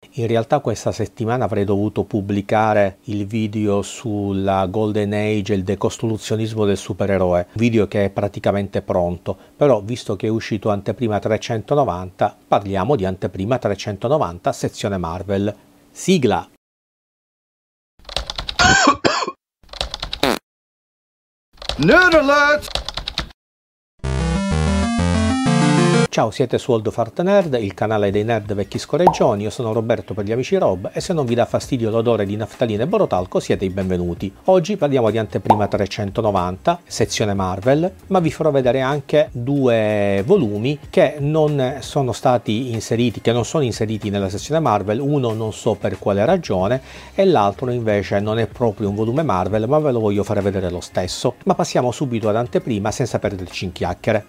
In realtà questa settimana avrei dovuto pubblicare il video sulla Golden Age e il decostruzionismo del supereroe, video che è praticamente pronto, però visto che è uscito Anteprima 390, parliamo di Anteprima 390 sezione Marvel. Sigla! Nerd alert! Ciao, siete su Old Fart Nerd, il canale dei nerd vecchi scorreggioni. Io sono Roberto per gli amici Rob e se non vi dà fastidio l'odore di naftalina e borotalco siete i benvenuti. Oggi parliamo di Anteprima 390, sezione Marvel, ma vi farò vedere anche due volumi che non sono stati inseriti, che non sono inseriti nella sezione Marvel. Uno non so per quale ragione e l'altro invece non è proprio un volume Marvel, ma ve lo voglio fare vedere lo stesso. Ma passiamo subito ad Anteprima senza perderci in chiacchiere.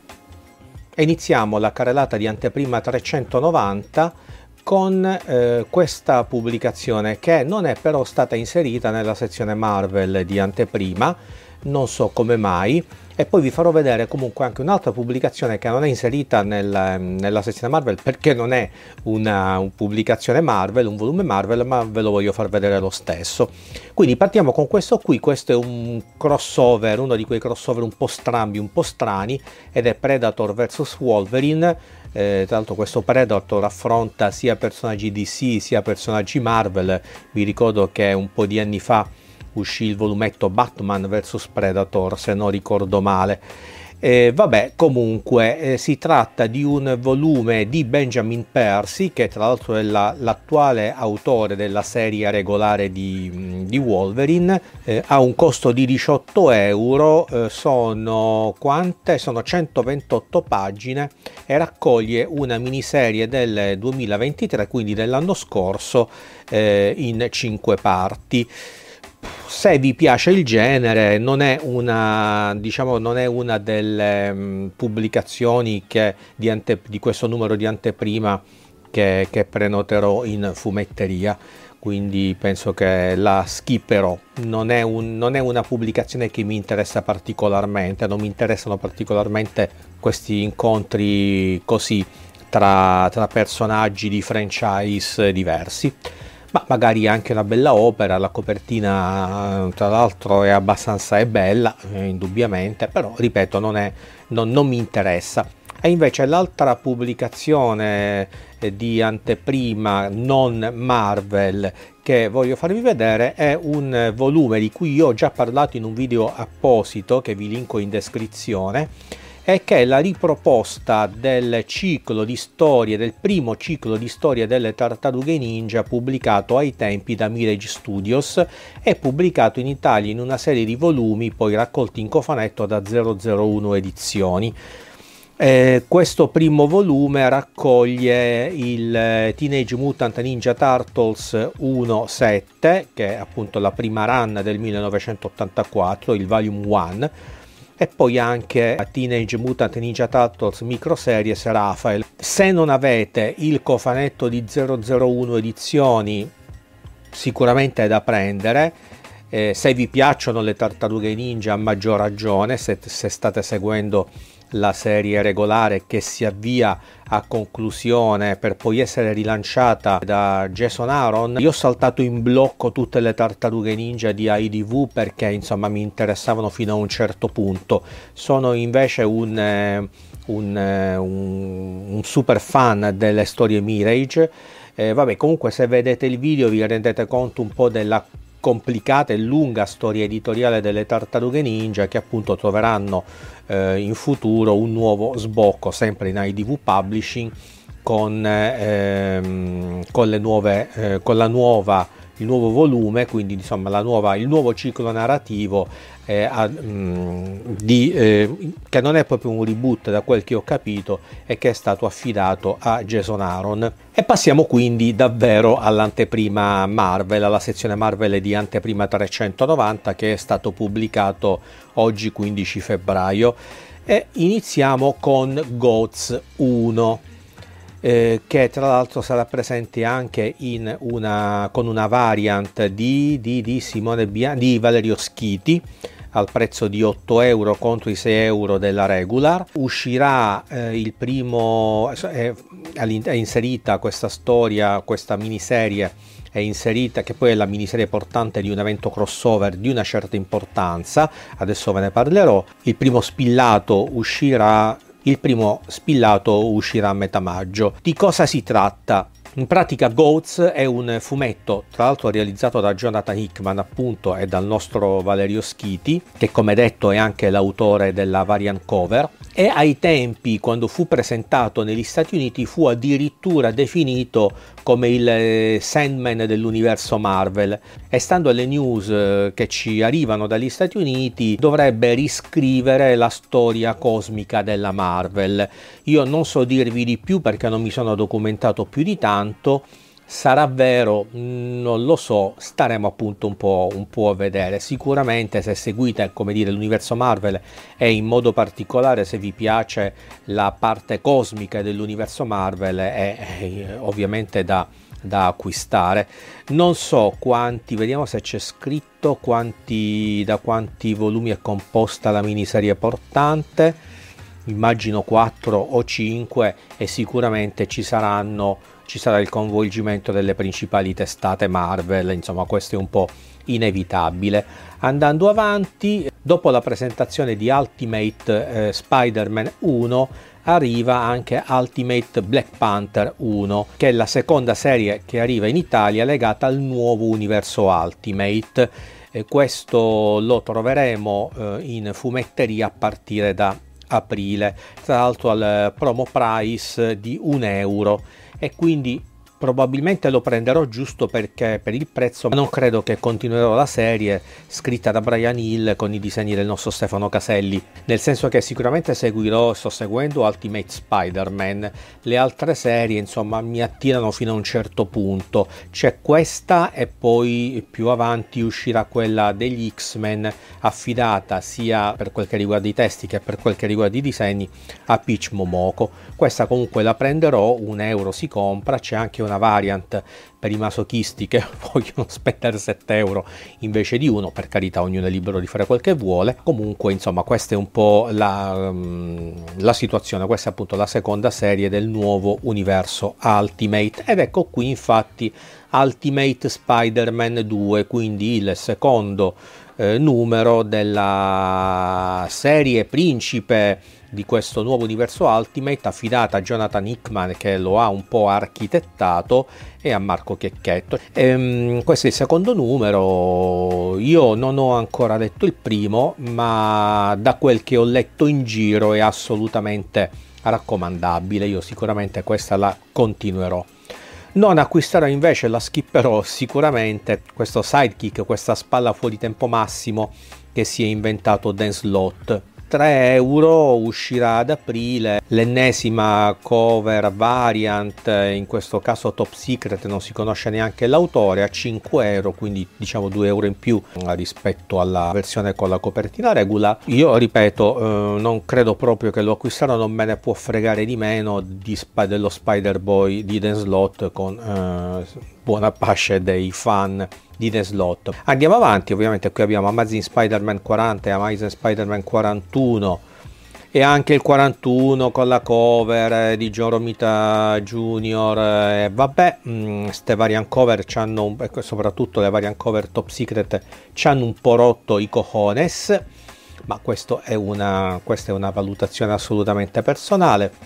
Iniziamo la carrellata di Anteprima 390 con questa pubblicazione che non è però stata inserita nella sezione Marvel di Anteprima, non so come mai, e poi vi farò vedere comunque anche un'altra pubblicazione che non è inserita nella sezione Marvel perché non è una pubblicazione Marvel, un volume Marvel, ma ve lo voglio far vedere lo stesso. Quindi partiamo con questo qui. Questo è un crossover, uno di quei crossover un po' strambi, un po' strani, ed è Predator vs Wolverine. Tra l'altro questo Predator affronta sia personaggi DC sia personaggi Marvel. Vi ricordo che un po' di anni fa uscì il volumetto Batman vs Predator, se non ricordo male. Vabbè, comunque si tratta di un volume di Benjamin Percy, che tra l'altro è l'attuale autore della serie regolare di Wolverine. Ha un costo di 18 euro, sono 128 pagine e raccoglie una miniserie del 2023, quindi dell'anno scorso, in 5 parti. Se vi piace il genere, non è una, diciamo, non è una delle pubblicazioni di questo numero di Anteprima che prenoterò in fumetteria, quindi penso che la skipperò. Non è una pubblicazione che mi interessa particolarmente, non mi interessano particolarmente questi incontri così tra personaggi di franchise diversi. Ma magari anche una bella opera. La copertina tra l'altro è bella, indubbiamente, però ripeto non mi interessa. E invece l'altra pubblicazione di Anteprima non Marvel che voglio farvi vedere è un volume di cui io ho già parlato in un video apposito che vi linko in descrizione, e che è la riproposta del ciclo di storie, del primo ciclo di storie delle Tartarughe Ninja pubblicato ai tempi da Mirage Studios e pubblicato in Italia in una serie di volumi poi raccolti in cofanetto da 001 Edizioni. Questo primo volume raccoglie il Teenage Mutant Ninja Turtles 1-7, che è appunto la prima run del 1984, il Volume 1, e poi anche a Teenage Mutant Ninja Turtles Microseries Raphael. Se non avete il cofanetto di 001 Edizioni, sicuramente è da prendere. Se vi piacciono le Tartarughe Ninja, a maggior ragione, se state seguendo la serie regolare che si avvia a conclusione per poi essere rilanciata da Jason Aaron. Io ho saltato in blocco tutte le Tartarughe Ninja di IDV perché insomma mi interessavano fino a un certo punto. Sono invece un super fan delle storie Mirage. Vabbè, comunque se vedete il video vi rendete conto un po' della complicata e lunga storia editoriale delle Tartarughe Ninja, che appunto troveranno in futuro un nuovo sbocco sempre in IDV Publishing con il nuovo volume, quindi insomma il nuovo ciclo narrativo che non è proprio un reboot da quel che ho capito e che è stato affidato a Jason Aaron. E passiamo quindi davvero all'anteprima Marvel, alla sezione Marvel di Anteprima 390 che è stato pubblicato oggi 15 febbraio e iniziamo con GOTS 1. Che tra l'altro sarà presente anche con una variant di Valerio Schiti, al prezzo di 8 euro contro i 6 euro della regular. Uscirà il primo, è inserita questa storia, questa miniserie è inserita, che poi è la miniserie portante di un evento crossover di una certa importanza, adesso ve ne parlerò. Il primo spillato uscirà a metà maggio. Di cosa si tratta? In pratica Goats è un fumetto, tra l'altro realizzato da Jonathan Hickman appunto e dal nostro Valerio Schiti, che come detto è anche l'autore della variant cover, e ai tempi, quando fu presentato negli Stati Uniti, fu addirittura definito come il Sandman dell'universo Marvel, e stando alle news che ci arrivano dagli Stati Uniti dovrebbe riscrivere la storia cosmica della Marvel. Io non so dirvi di più perché non mi sono documentato più di tanto. Sarà vero? Non lo so, staremo appunto un po' a vedere. Sicuramente, se seguite, come dire, l'universo Marvel, e in modo particolare se vi piace la parte cosmica dell'universo Marvel, è ovviamente da acquistare. Non so quanti, vediamo se c'è scritto da quanti volumi è composta la miniserie portante. Immagino 4 o 5, e sicuramente ci sarà il coinvolgimento delle principali testate Marvel, insomma questo è un po' inevitabile. Andando avanti, dopo la presentazione di Ultimate Spider-Man 1 arriva anche Ultimate Black Panther 1, che è la seconda serie che arriva in Italia legata al nuovo universo Ultimate. Questo lo troveremo in fumetteria a partire da aprile, tra l'altro al promo price di 1 euro, e quindi probabilmente lo prenderò giusto perché per il prezzo, ma non credo che continuerò la serie scritta da Brian Hill con i disegni del nostro Stefano Caselli, nel senso che sicuramente sto seguendo Ultimate Spider-Man. Le altre serie insomma mi attirano fino a un certo punto, c'è questa e poi più avanti uscirà quella degli X-Men, affidata sia per quel che riguarda i testi che per quel che riguarda i disegni a Peach Momoko. Questa comunque la prenderò, 1 euro si compra. C'è anche una variant per i masochisti che vogliono spendere 7 euro invece di 1, per carità, ognuno è libero di fare quel che vuole. Comunque insomma questa è un po' la situazione. Questa è appunto la seconda serie del nuovo universo Ultimate, ed ecco qui infatti Ultimate Spider-Man 2, quindi il secondo numero della serie principe di questo nuovo universo Ultimate, affidata a Jonathan Hickman, che lo ha un po' architettato, e a Marco Checchetto. Questo è il secondo numero. Io non ho ancora letto il primo, ma da quel che ho letto in giro è assolutamente raccomandabile. Io sicuramente questa la continuerò. Non acquisterò invece, la skipperò sicuramente, questo sidekick, questa spalla fuori tempo massimo che si è inventato Dan Slott. 3 euro, uscirà ad aprile, l'ennesima cover variant, in questo caso top secret, non si conosce neanche l'autore, a 5 euro, quindi diciamo 2 euro in più rispetto alla versione con la copertina regular. Io ripeto, non credo proprio che lo acquisterò, non me ne può fregare di meno dello Spider-Boy di Dan Slott, con buona pace dei fan di Dan Slott. Andiamo avanti, ovviamente qui abbiamo Amazing Spider-Man 40 e Amazing Spider-Man 41, e anche il 41 con la cover di John Romita Jr. E vabbè, queste variant cover c'hanno, soprattutto le variant cover top secret, c'hanno un po' rotto i cojones, ma questa è una valutazione assolutamente personale.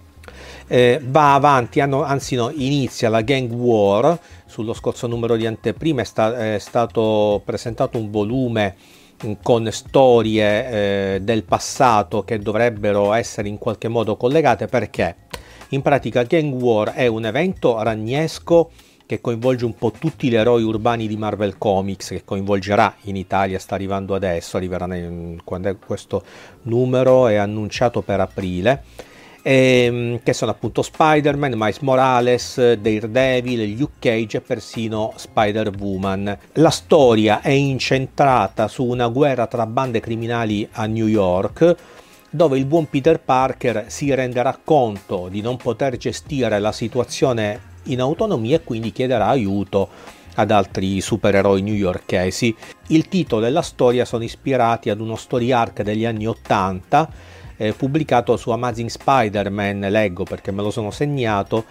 Va avanti, anzi no, inizia la Gang War. Sullo scorso numero di anteprima è stato presentato un volume con storie del passato che dovrebbero essere in qualche modo collegate, perché in pratica Gang War è un evento ragnesco che coinvolge un po' tutti gli eroi urbani di Marvel Comics, che coinvolgerà in Italia, sta arrivando adesso, arriverà quando è questo numero, è annunciato per aprile. Che sono appunto Spider-Man, Miles Morales, Daredevil, Luke Cage e persino Spider-Woman. La storia è incentrata su una guerra tra bande criminali a New York, dove il buon Peter Parker si renderà conto di non poter gestire la situazione in autonomia e quindi chiederà aiuto ad altri supereroi newyorkesi. Il titolo e la storia sono ispirati ad uno story arc degli anni 80 pubblicato su Amazing Spider-Man, leggo perché me lo sono segnato,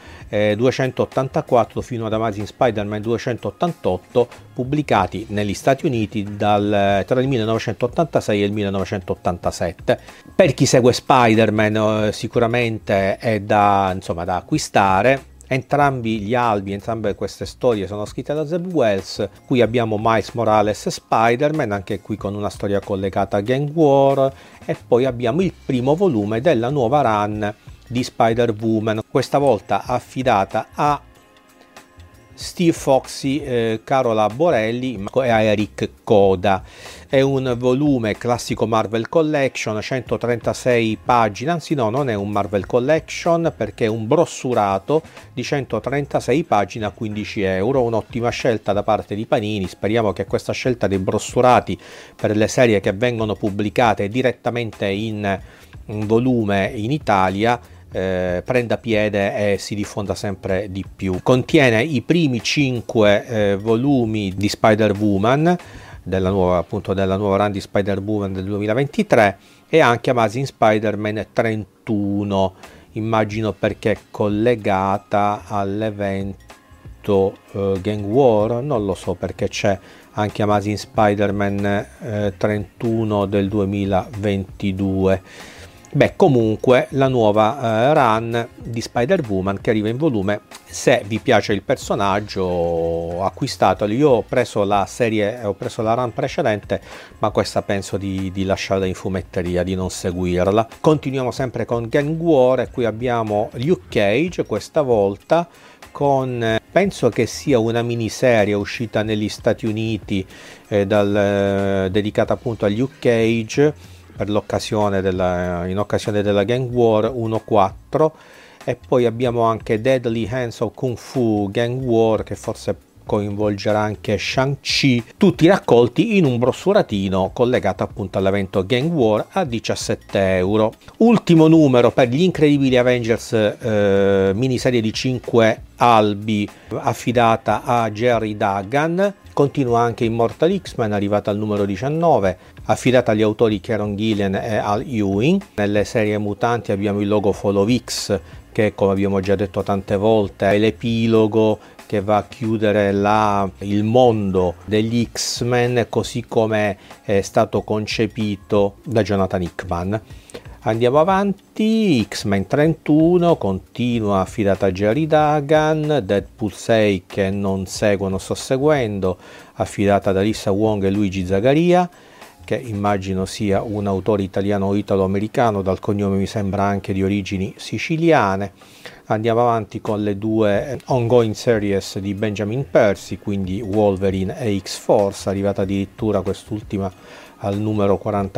284 fino ad Amazing Spider-Man 288, pubblicati negli Stati Uniti tra il 1986 e il 1987. Per chi segue Spider-Man sicuramente è da acquistare. Entrambi gli albi, entrambe queste storie sono scritte da Zeb Wells. Qui abbiamo Miles Morales e Spider-Man, anche qui con una storia collegata a Gang War, e poi abbiamo il primo volume della nuova run di Spider-Woman, questa volta affidata a Steve Foxy, Carola Borelli e a Eric Coda. È un volume classico Marvel Collection, 136 pagine, anzi no, non è un Marvel Collection perché è un brossurato di 136 pagine a 15 euro, un'ottima scelta da parte di Panini. Speriamo che questa scelta dei brossurati per le serie che vengono pubblicate direttamente in volume in Italia prenda piede e si diffonda sempre di più. Contiene i primi 5 volumi di Spider-Woman, della nuova run di Spider-Woman del 2023, e anche Amazing Spider-Man 31, immagino perché collegata all'evento Gang War, non lo so perché c'è anche Amazing Spider-Man 31 del 2022. Beh, comunque la nuova run di Spider-Woman che arriva in volume. Se vi piace il personaggio, acquistatelo. Io ho preso la run precedente, ma questa penso di lasciarla in fumetteria, di non seguirla. Continuiamo sempre con Gang War e qui abbiamo Luke Cage, questa volta con, penso che sia una miniserie uscita negli Stati Uniti dedicata appunto a Luke Cage per in occasione della Gang War 1-4, e poi abbiamo anche Deadly Hands of Kung Fu Gang War, che forse coinvolgerà anche Shang-Chi, tutti raccolti in un brossuratino collegato appunto all'evento Gang War a 17 euro. Ultimo numero per gli Incredibili Avengers, miniserie di 5 albi affidata a Gerry Duggan. Continua anche Immortal X-Men, arrivata al numero 19, affidata agli autori Kieron Gillen e Al Ewing. Nelle serie mutanti abbiamo il logo Follow X, che come abbiamo già detto tante volte è l'epilogo che va a chiudere il mondo degli X-Men così come è stato concepito da Jonathan Hickman. Andiamo avanti, X-Men 31 continua, affidata a Gerry Duggan. Deadpool 6 che non sto seguendo, affidata ad Alyssa Wong e Luigi Zagaria, che immagino sia un autore italiano o italo-americano, dal cognome mi sembra anche di origini siciliane. Andiamo avanti con le 2 ongoing series di Benjamin Percy, quindi Wolverine e X-Force, arrivata addirittura quest'ultima al numero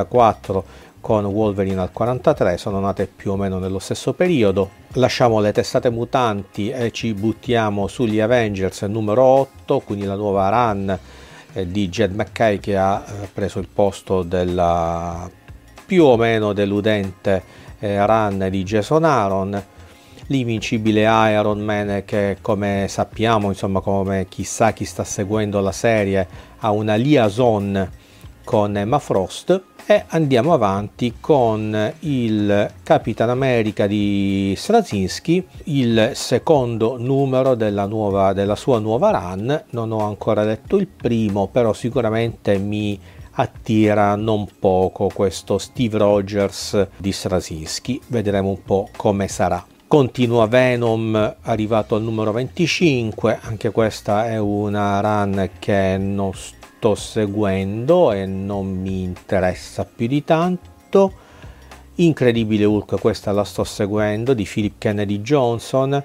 44 con Wolverine al 43, sono nate più o meno nello stesso periodo. Lasciamo le testate mutanti e ci buttiamo sugli Avengers numero 8, quindi la nuova run di Jed MacKay, che ha preso il posto della più o meno deludente run di Jason Aaron. L'invincibile Iron Man, che come sappiamo, insomma, come chissà chi sta seguendo la serie, ha una liaison con Emma Frost. E andiamo avanti con il Capitan America di Straczynski, il secondo numero della sua nuova run. Non ho ancora letto il primo, però sicuramente mi attira non poco questo Steve Rogers di Straczynski, vedremo un po' come sarà. Continua Venom, arrivato al numero 25, anche questa è una run che non sto seguendo e non mi interessa più di tanto. Incredibile Hulk, questa la sto seguendo, di Philip Kennedy Johnson.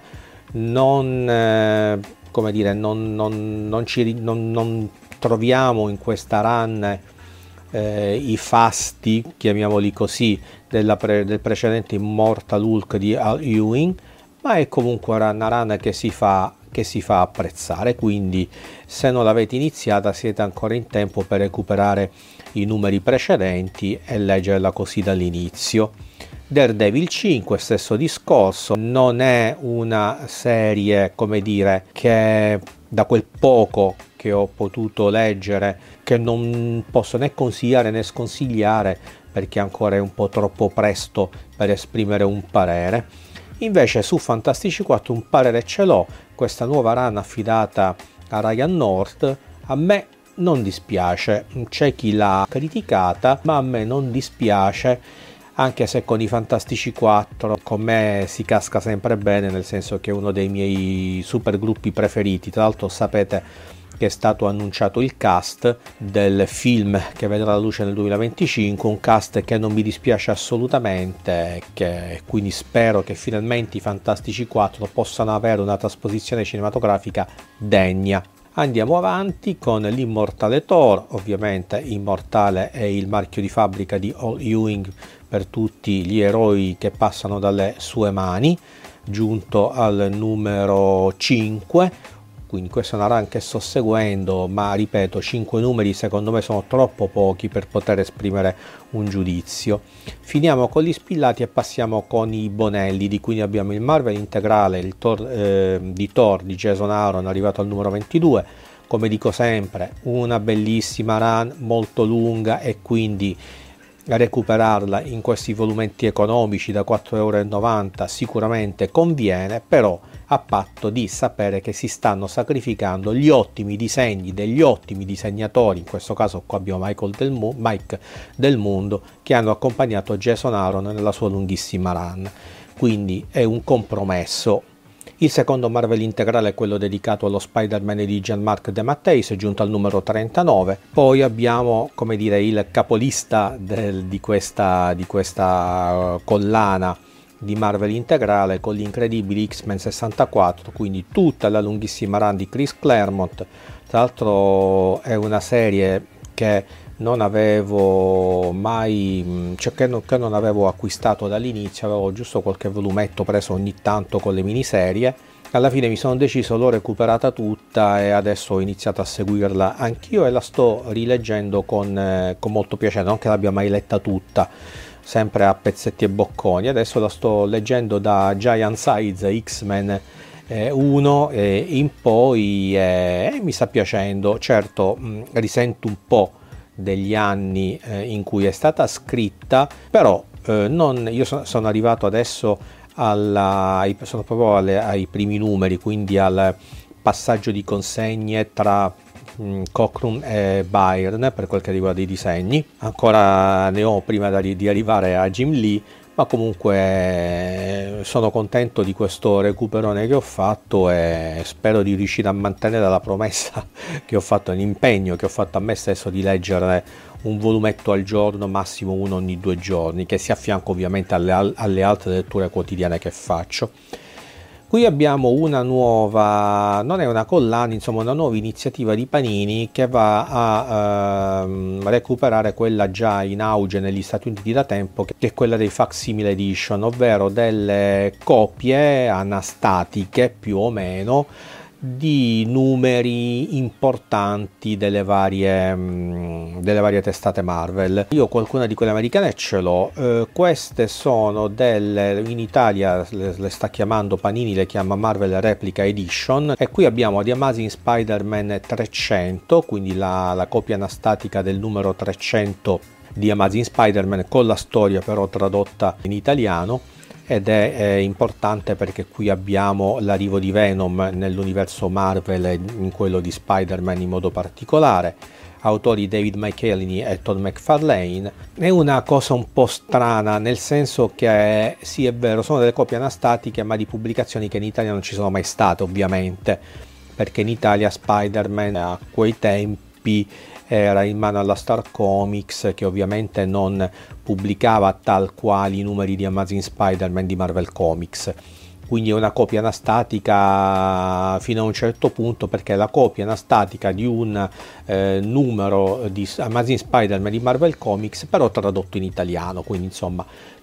Non troviamo in questa run i fasti, chiamiamoli così, del precedente Immortal Hulk di Al Ewing, ma è comunque una run che si fa apprezzare, quindi se non l'avete iniziata siete ancora in tempo per recuperare i numeri precedenti e leggerla così dall'inizio. Daredevil 5, stesso discorso, non è una serie, come dire, che da quel poco che ho potuto leggere, che non posso né consigliare né sconsigliare perché ancora è un po' troppo presto per esprimere un parere. Invece su Fantastici 4 un parere ce l'ho. Questa nuova run affidata a Ryan North a me non dispiace, c'è chi l'ha criticata, ma a me non dispiace, anche se con i Fantastici 4 con me si casca sempre bene, nel senso che è uno dei miei super gruppi preferiti. Tra l'altro sapete che è stato annunciato il cast del film che vedrà la luce nel 2025, un cast che non mi dispiace assolutamente, quindi spero che finalmente i Fantastici 4 possano avere una trasposizione cinematografica degna. Andiamo avanti con l'Immortale Thor. Ovviamente Immortale è il marchio di fabbrica di Al Ewing per tutti gli eroi che passano dalle sue mani, giunto al numero 5. Quindi questa è una run che sto seguendo, ma ripeto, 5 numeri secondo me sono troppo pochi per poter esprimere un giudizio. Finiamo con gli spillati e passiamo con i bonelli, di cui abbiamo il Marvel integrale, il Thor di Jason Aaron, arrivato al numero 22. Come dico sempre, una bellissima run, molto lunga, e quindi recuperarla in questi volumetti economici da 4,90 € sicuramente conviene, però a patto di sapere che si stanno sacrificando gli ottimi disegni degli ottimi disegnatori. In questo caso qua abbiamo Mike Del Mundo, che hanno accompagnato Jason Aaron nella sua lunghissima run, quindi è un compromesso. Il secondo Marvel integrale è quello dedicato allo Spider-Man di Jean-Marc De Matteis, giunto al numero 39. Poi abbiamo, come dire, il capolista di questa collana di Marvel integrale con gli incredibili X-Men 64, quindi tutta la lunghissima run di Chris Claremont. Tra l'altro è una serie che non avevo mai, cioè che non avevo acquistato dall'inizio, avevo giusto qualche volumetto preso ogni tanto con le miniserie. Alla fine mi sono deciso, l'ho recuperata tutta e adesso ho iniziato a seguirla anch'io e la sto rileggendo con molto piacere, non che l'abbia mai letta tutta, sempre a pezzetti e bocconi. Adesso la sto leggendo da Giant Size X-Men 1 in poi e mi sta piacendo. Certo, risento un po' degli anni in cui è stata scritta, però io sono arrivato adesso sono proprio ai primi numeri, quindi al passaggio di consegne tra Cockrum e Byrne per quel che riguarda i disegni. Ancora ne ho prima di arrivare a Jim Lee, ma comunque sono contento di questo recuperone che ho fatto e spero di riuscire a mantenere la promessa che ho fatto, l'impegno che ho fatto a me stesso di leggere un volumetto al giorno, massimo uno ogni 2 giorni, che si affianca ovviamente alle altre letture quotidiane che faccio. Qui abbiamo una nuova, non è una collana, insomma una nuova iniziativa di Panini che va a recuperare quella già in auge negli Stati Uniti da tempo, che è quella dei facsimile edition, ovvero delle copie anastatiche più o meno di numeri importanti delle varie testate Marvel. Io qualcuna di quelle americane ce l'ho, queste sono in Italia le sta chiamando Panini, le chiama Marvel Replica Edition, e qui abbiamo The Amazing Spider-Man 300, quindi la copia anastatica del numero 300 di Amazing Spider-Man, con la storia però tradotta in italiano. Ed è importante perché qui abbiamo l'arrivo di Venom nell'universo Marvel, in quello di Spider-Man in modo particolare, autori David Michelinie e Todd McFarlane. È una cosa un po' strana, nel senso che sì, è vero, sono delle copie anastatiche, ma di pubblicazioni che in Italia non ci sono mai state, ovviamente, perché in Italia Spider-Man a quei tempi era in mano alla Star Comics, che ovviamente non pubblicava tal quale i numeri di Amazing Spider-Man di Marvel Comics. Quindi è una copia anastatica fino a un certo punto, perché è la copia anastatica di un numero di Amazing Spider-Man di Marvel Comics, però tradotto in italiano. Quindi insomma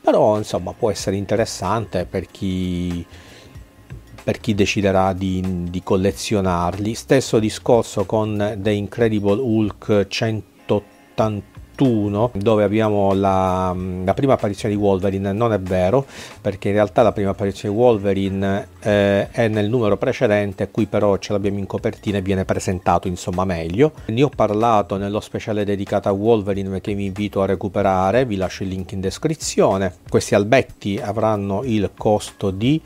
può essere interessante per chi deciderà di collezionarli. Stesso discorso con The Incredible Hulk 181 21 dove abbiamo la prima apparizione di Wolverine. Non è vero, perché in realtà la prima apparizione di Wolverine è nel numero precedente, qui però ce l'abbiamo in copertina e viene presentato insomma meglio. Ne ho parlato nello speciale dedicato a Wolverine che vi invito a recuperare, vi lascio il link in descrizione. Questi albetti avranno il costo di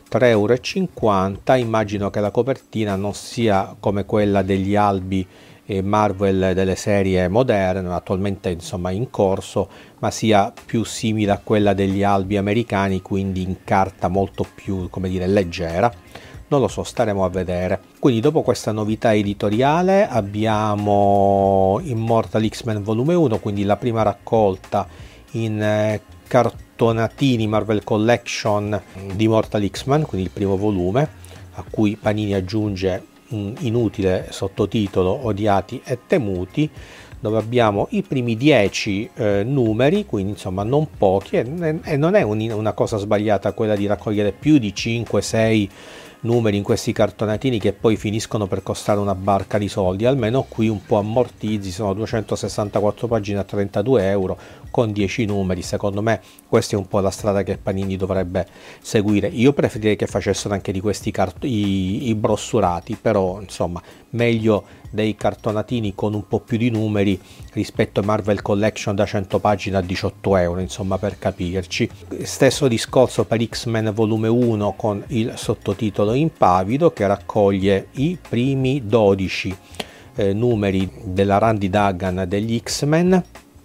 3,50 €. Immagino che la copertina non sia come quella degli albi Marvel delle serie moderne, attualmente insomma in corso, ma sia più simile a quella degli albi americani, quindi in carta molto più, come dire, leggera. Non lo so, staremo a vedere. Quindi dopo questa novità editoriale abbiamo Immortal X-Men volume 1, quindi la prima raccolta in cartonatini Marvel Collection di Immortal X-Men, quindi il primo volume, a cui Panini aggiunge un inutile sottotitolo Odiati e Temuti, dove abbiamo i primi 10 numeri, quindi insomma non pochi, e non è una cosa sbagliata quella di raccogliere più di 5-6 numeri in questi cartonatini che poi finiscono per costare una barca di soldi. Almeno qui un po' ammortizzi, sono 264 pagine a 32 € con 10 numeri. Secondo me questa è un po' la strada che Panini dovrebbe seguire. Io preferirei che facessero anche di questi i brossurati, però insomma meglio dei cartonatini con un po' più di numeri rispetto a Marvel Collection da 100 pagine a 18 €, insomma, per capirci. Stesso discorso per X-Men volume 1 con il sottotitolo Impavido, che raccoglie i primi 12 numeri della Randy Duggan degli X-Men.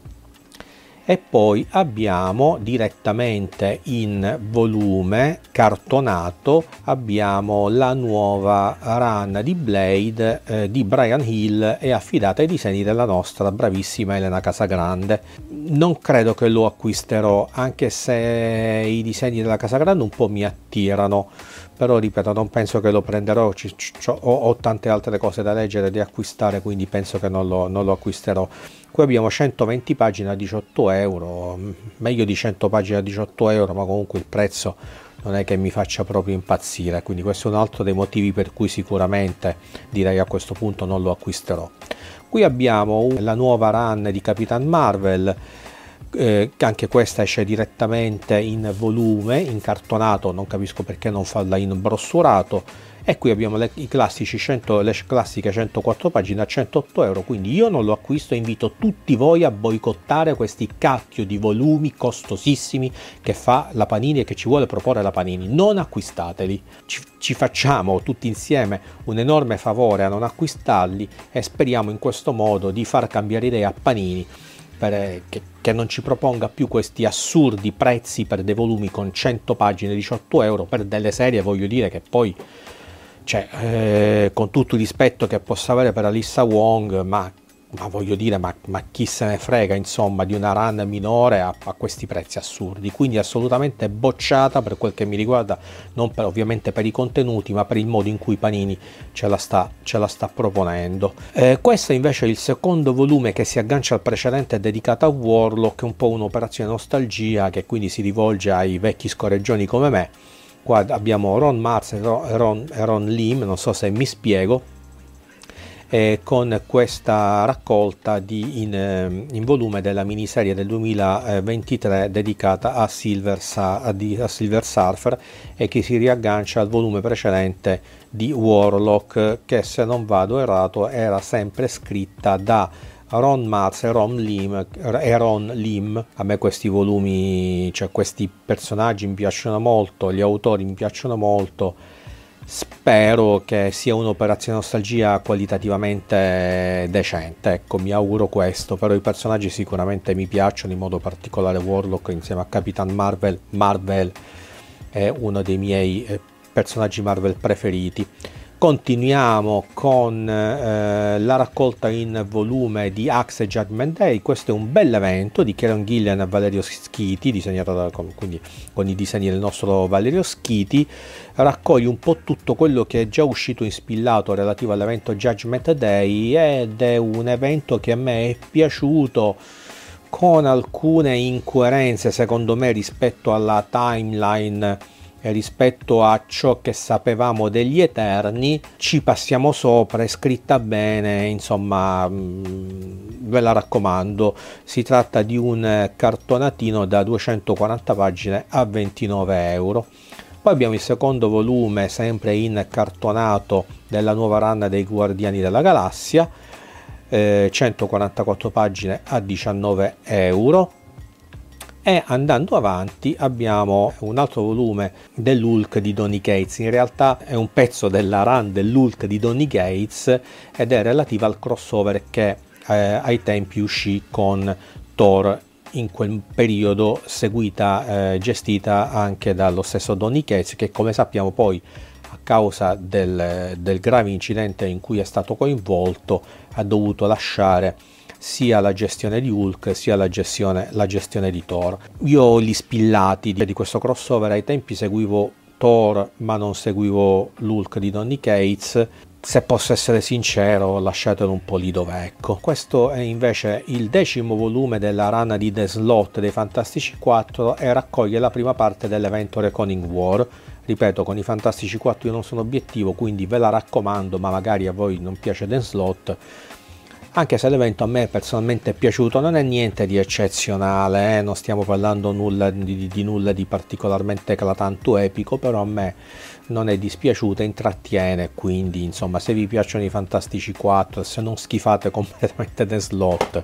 E poi abbiamo direttamente in volume cartonato abbiamo la nuova run di Blade di Brian Hill, e affidata ai disegni della nostra bravissima Elena Casagrande. Non credo che lo acquisterò, anche se i disegni della Casagrande un po' mi attirano, però ripeto, non penso che lo prenderò. Ho tante altre cose da leggere e da acquistare, quindi penso che non lo acquisterò. Qui abbiamo 120 pagine a 18 €, meglio di 100 pagine a 18 €, ma comunque il prezzo non è che mi faccia proprio impazzire, quindi questo è un altro dei motivi per cui sicuramente direi a questo punto non lo acquisterò. Qui abbiamo la nuova run di Capitan Marvel, anche questa esce direttamente in volume, in cartonato, non capisco perché non farla in brossurato. E qui abbiamo le classiche 104 pagine a 108 €, quindi io non lo acquisto e invito tutti voi a boicottare questi cacchio di volumi costosissimi che fa la Panini e che ci vuole proporre la Panini. Non acquistateli, ci facciamo tutti insieme un enorme favore a non acquistarli, e speriamo in questo modo di far cambiare idea a Panini, che non ci proponga più questi assurdi prezzi per dei volumi con 100 pagine 18 € per delle serie, voglio dire, che poi, con tutto il rispetto che possa avere per Alyssa Wong, ma voglio dire, ma chi se ne frega insomma di una run minore a questi prezzi assurdi. Quindi assolutamente bocciata per quel che mi riguarda, non ovviamente per i contenuti, ma per il modo in cui Panini ce la sta proponendo. Questo invece è il secondo volume che si aggancia al precedente, dedicato a Warlock, un po' un'operazione nostalgia che quindi si rivolge ai vecchi scorreggioni come me. Qua abbiamo Ron Marz e Ron Lim, non so se mi spiego, con questa raccolta in volume della miniserie del 2023 dedicata a Silver Surfer, e che si riaggancia al volume precedente di Warlock, che se non vado errato era sempre scritta da Ron Marz e Ron Lim. A me questi volumi, questi personaggi mi piacciono molto, gli autori mi piacciono molto. Spero che sia un'operazione nostalgia qualitativamente decente, ecco, mi auguro questo. Però i personaggi sicuramente mi piacciono, in modo particolare Warlock insieme a Capitan Marvel è uno dei miei personaggi Marvel preferiti. Continuiamo con la raccolta in volume di Axe Judgment Day. Questo è un bel evento di Kieron Gillen e Valerio Schiti, disegnato quindi con i disegni del nostro Valerio Schiti. Raccoglie un po' tutto quello che è già uscito in spillato relativo all'evento Judgment Day, ed è un evento che a me è piaciuto, con alcune incoerenze secondo me rispetto alla timeline e rispetto a ciò che sapevamo degli Eterni ci passiamo sopra, è scritta bene, insomma ve la raccomando. Si tratta di un cartonatino da 240 pagine a 29 euro. Poi abbiamo il secondo volume sempre in cartonato della nuova run dei Guardiani della Galassia, 144 pagine a 19 euro. E andando avanti abbiamo un altro volume dell'Hulk di Donny Cates. In realtà è un pezzo della run dell'Hulk di Donny Cates ed è relativa al crossover che ai tempi uscì con Thor, in quel periodo gestita anche dallo stesso Donny Cates, che come sappiamo poi a causa del grave incidente in cui è stato coinvolto ha dovuto lasciare sia la gestione di Hulk sia la gestione di Thor. Io ho gli spillati di questo crossover, ai tempi seguivo Thor ma non seguivo l'Hulk di Donny Cates. Se posso essere sincero, lasciatelo un po' lì dove, ecco. Questo è invece il 10° volume della run di The Slot dei Fantastici 4 e raccoglie la prima parte dell'evento Reckoning War. Ripeto, con i Fantastici 4 io non sono obiettivo, quindi ve la raccomando, ma magari a voi non piace The Slot. Anche se l'evento a me personalmente è piaciuto, non è niente di eccezionale, non stiamo parlando di nulla di particolarmente eclatante o epico, però a me non è dispiaciuta, intrattiene, quindi insomma se vi piacciono i Fantastici 4, se non schifate completamente The Slot,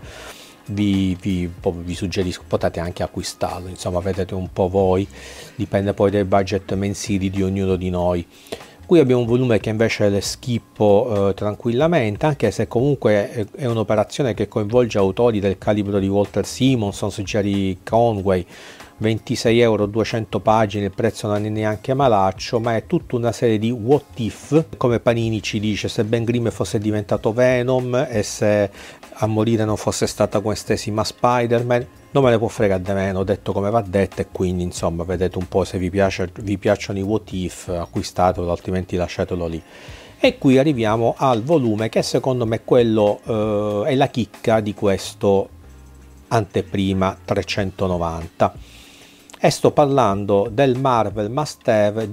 vi suggerisco, potete anche acquistarlo, insomma vedete un po' voi, dipende poi dai budget mensili di ognuno di noi. Qui abbiamo un volume che invece le schippo tranquillamente, anche se comunque è un'operazione che coinvolge autori del calibro di Walter Simonson, Jerry Conway. 26 euro, 200 pagine, il prezzo non è neanche malaccio, ma è tutta una serie di what if, come Panini ci dice, se Ben Grimm fosse diventato Venom e se a morire non fosse stata quest'esima Spider-Man. Non me ne può fregare di meno, detto come va detto, e quindi insomma vedete un po', se vi piacciono i what if acquistatelo, altrimenti lasciatelo lì. E qui arriviamo al volume che secondo me quello è la chicca di questo anteprima 390, e sto parlando del Marvel Must Have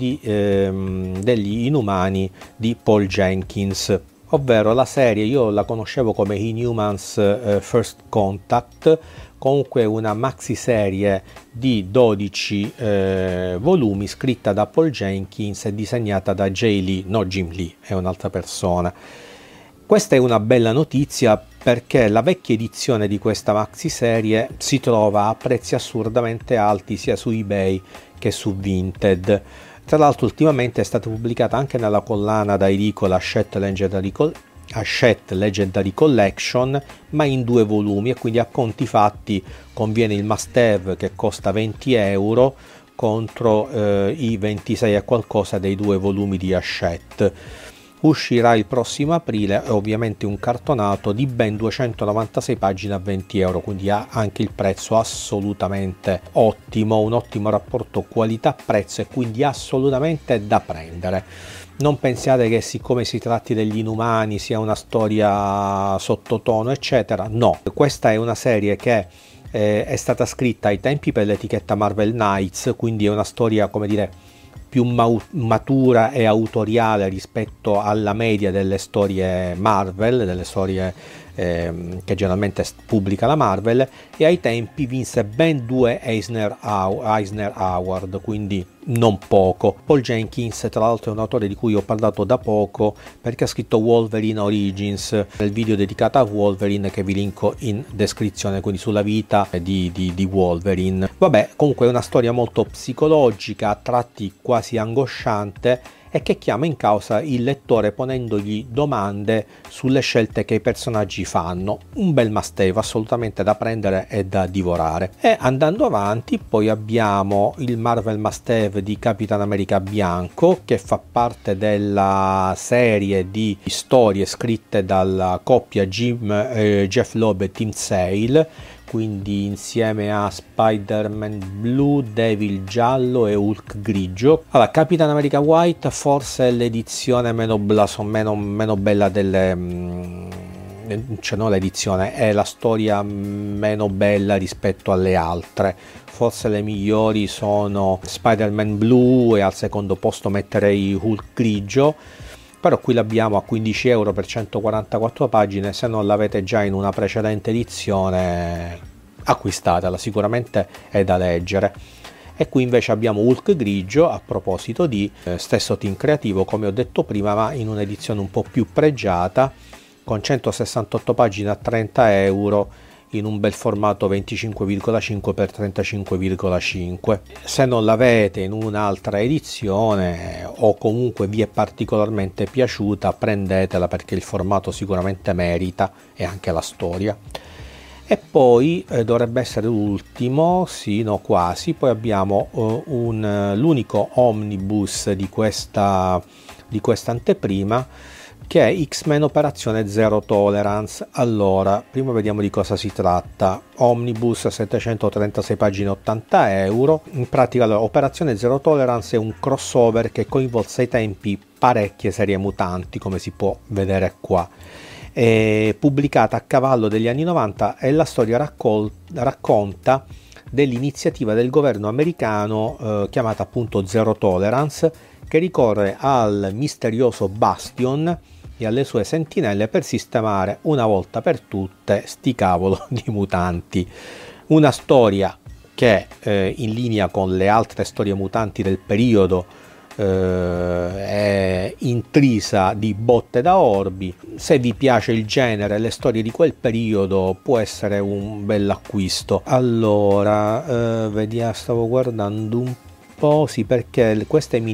degli Inumani di Paul Jenkins, ovvero la serie, io la conoscevo come Inhumans First Contact, comunque una maxi serie di 12 volumi scritta da Paul Jenkins e disegnata da Jim Lee, è un'altra persona. Questa è una bella notizia perché la vecchia edizione di questa maxi serie si trova a prezzi assurdamente alti sia su eBay che su Vinted. Tra l'altro ultimamente è stata pubblicata anche nella collana da edicola Hachette Legendary Collection, ma in 2 volumi, e quindi a conti fatti conviene il must have che costa 20 euro contro i 26 e qualcosa dei 2 volumi di Hachette. Uscirà il prossimo aprile, è ovviamente un cartonato di ben 296 pagine a 20 euro, quindi ha anche il prezzo assolutamente ottimo, un ottimo rapporto qualità-prezzo e quindi assolutamente da prendere. Non pensiate che siccome si tratti degli Inumani sia una storia sottotono eccetera, no, questa è una serie che è stata scritta ai tempi per l'etichetta Marvel Knights, quindi è una storia, come dire, più matura e autoriale rispetto alla media delle storie Marvel, delle storie che generalmente pubblica la Marvel, e ai tempi vinse ben 2 Eisner Award, quindi non poco. Paul Jenkins tra l'altro è un autore di cui ho parlato da poco perché ha scritto Wolverine Origins, nel video dedicato a Wolverine che vi linko in descrizione, quindi sulla vita di Wolverine. Vabbè, comunque è una storia molto psicologica, a tratti quasi angosciante, e che chiama in causa il lettore ponendogli domande sulle scelte che i personaggi fanno. Un bel must have assolutamente da prendere e da divorare. E andando avanti poi abbiamo il Marvel Must Have di Capitan America Bianco, che fa parte della serie di storie scritte dalla coppia Jeff Loeb e Tim Sale, quindi insieme a Spider-Man blu, Devil giallo e Hulk grigio. Allora, Capitan America White forse è l'edizione meno bella cioè non l'edizione, è la storia meno bella rispetto alle altre. Forse le migliori sono Spider-Man Blue e al secondo posto metterei Hulk grigio, però qui l'abbiamo a 15 euro per 144 pagine. Se non l'avete già in una precedente edizione, acquistatela, sicuramente è da leggere. E qui invece abbiamo Hulk grigio, a proposito di stesso team creativo come ho detto prima, ma in un'edizione un po' più pregiata, con 168 pagine a 30 euro in un bel formato 25,5 x 35,5. Se non l'avete in un'altra edizione o comunque vi è particolarmente piaciuta, prendetela, perché il formato sicuramente merita, e anche la storia. E poi dovrebbe essere l'ultimo, sì, no, quasi. Poi abbiamo l'unico omnibus di questa anteprima, che è X-Men Operazione Zero Tolerance. Allora, prima vediamo di cosa si tratta. Omnibus, 736 pagine, 80 euro. In pratica, allora, Operazione Zero Tolerance è un crossover che coinvolse ai tempi parecchie serie mutanti, come si può vedere qua. È pubblicata a cavallo degli anni 90 e la storia racconta dell'iniziativa del governo americano chiamata appunto Zero Tolerance, che ricorre al misterioso Bastion e alle sue sentinelle per sistemare una volta per tutte sti cavolo di mutanti. Una storia che in linea con le altre storie mutanti del periodo è intrisa di botte da orbi. Se vi piace il genere e le storie di quel periodo, può essere un bell'acquisto. Allora vediamo, stavo guardando un po', sì, perché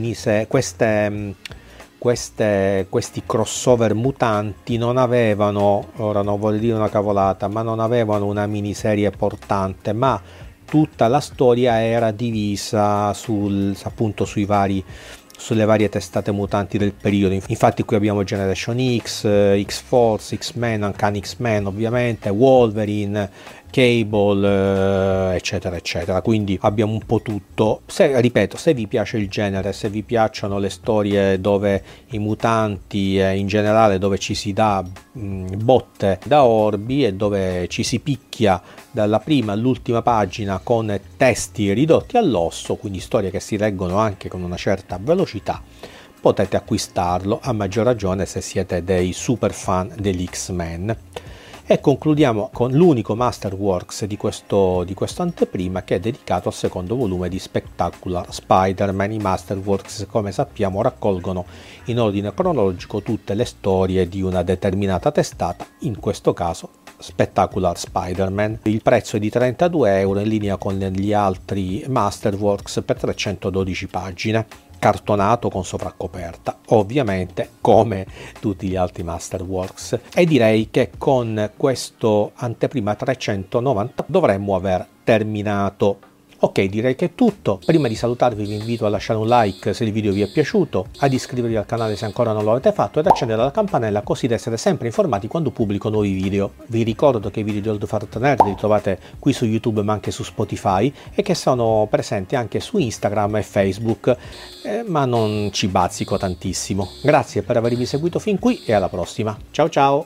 questi crossover mutanti non avevano, ora non voglio dire una cavolata, ma non avevano una miniserie portante, ma tutta la storia era divisa appunto sulle varie testate mutanti del periodo. Infatti qui abbiamo Generation X, X-Force, X-Men, Uncanny X-Men ovviamente, Wolverine, Cable, eccetera eccetera. Quindi abbiamo un po' tutto. Ripeto, se vi piace il genere, se vi piacciono le storie dove i mutanti in generale, dove ci si dà botte da orbi e dove ci si picchia dalla prima all'ultima pagina con testi ridotti all'osso, quindi storie che si leggono anche con una certa velocità, potete acquistarlo, a maggior ragione se siete dei super fan degli X-Men. E concludiamo con l'unico Masterworks di questo anteprima, che è dedicato al secondo volume di Spectacular Spider-Man. I Masterworks, come sappiamo, raccolgono in ordine cronologico tutte le storie di una determinata testata, in questo caso Spectacular Spider-Man. Il prezzo è di 32 euro, in linea con gli altri Masterworks, per 312 pagine. Cartonato con sovraccoperta, ovviamente, come tutti gli altri Masterworks. E direi che con questo anteprima 390 dovremmo aver terminato. Ok, direi che è tutto. Prima di salutarvi vi invito a lasciare un like se il video vi è piaciuto, ad iscrivervi al canale se ancora non lo avete fatto, ed accendere la campanella così da essere sempre informati quando pubblico nuovi video. Vi ricordo che i video di Old Fart Nerd li trovate qui su YouTube ma anche su Spotify, e che sono presenti anche su Instagram e Facebook, ma non ci bazzico tantissimo. Grazie per avermi seguito fin qui e alla prossima. Ciao ciao!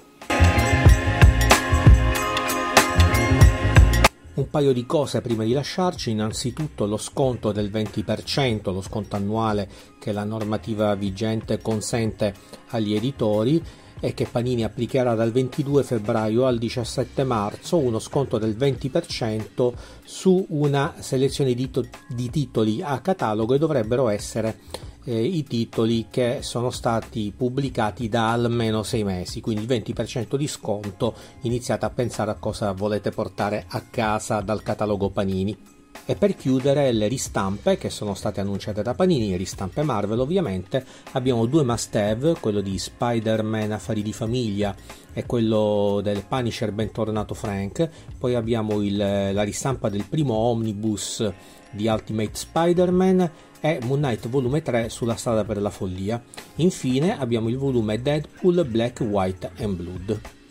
Un paio di cose prima di lasciarci. Innanzitutto lo sconto del 20%, lo sconto annuale che la normativa vigente consente agli editori e che Panini applicherà dal 22 febbraio al 17 marzo, uno sconto del 20% su una selezione di titoli a catalogo, e dovrebbero essere i titoli che sono stati pubblicati da almeno 6 mesi, quindi il 20% di sconto. Iniziate a pensare a cosa volete portare a casa dal catalogo Panini. E per chiudere, le ristampe che sono state annunciate da Panini, ristampe Marvel ovviamente. Abbiamo due must have, quello di Spider-Man Affari di Famiglia e quello del Punisher Bentornato Frank. Poi abbiamo la ristampa del primo omnibus di Ultimate Spider-Man e Moon Knight volume 3 sulla strada per la follia. Infine abbiamo il volume Deadpool Black, White and Blood.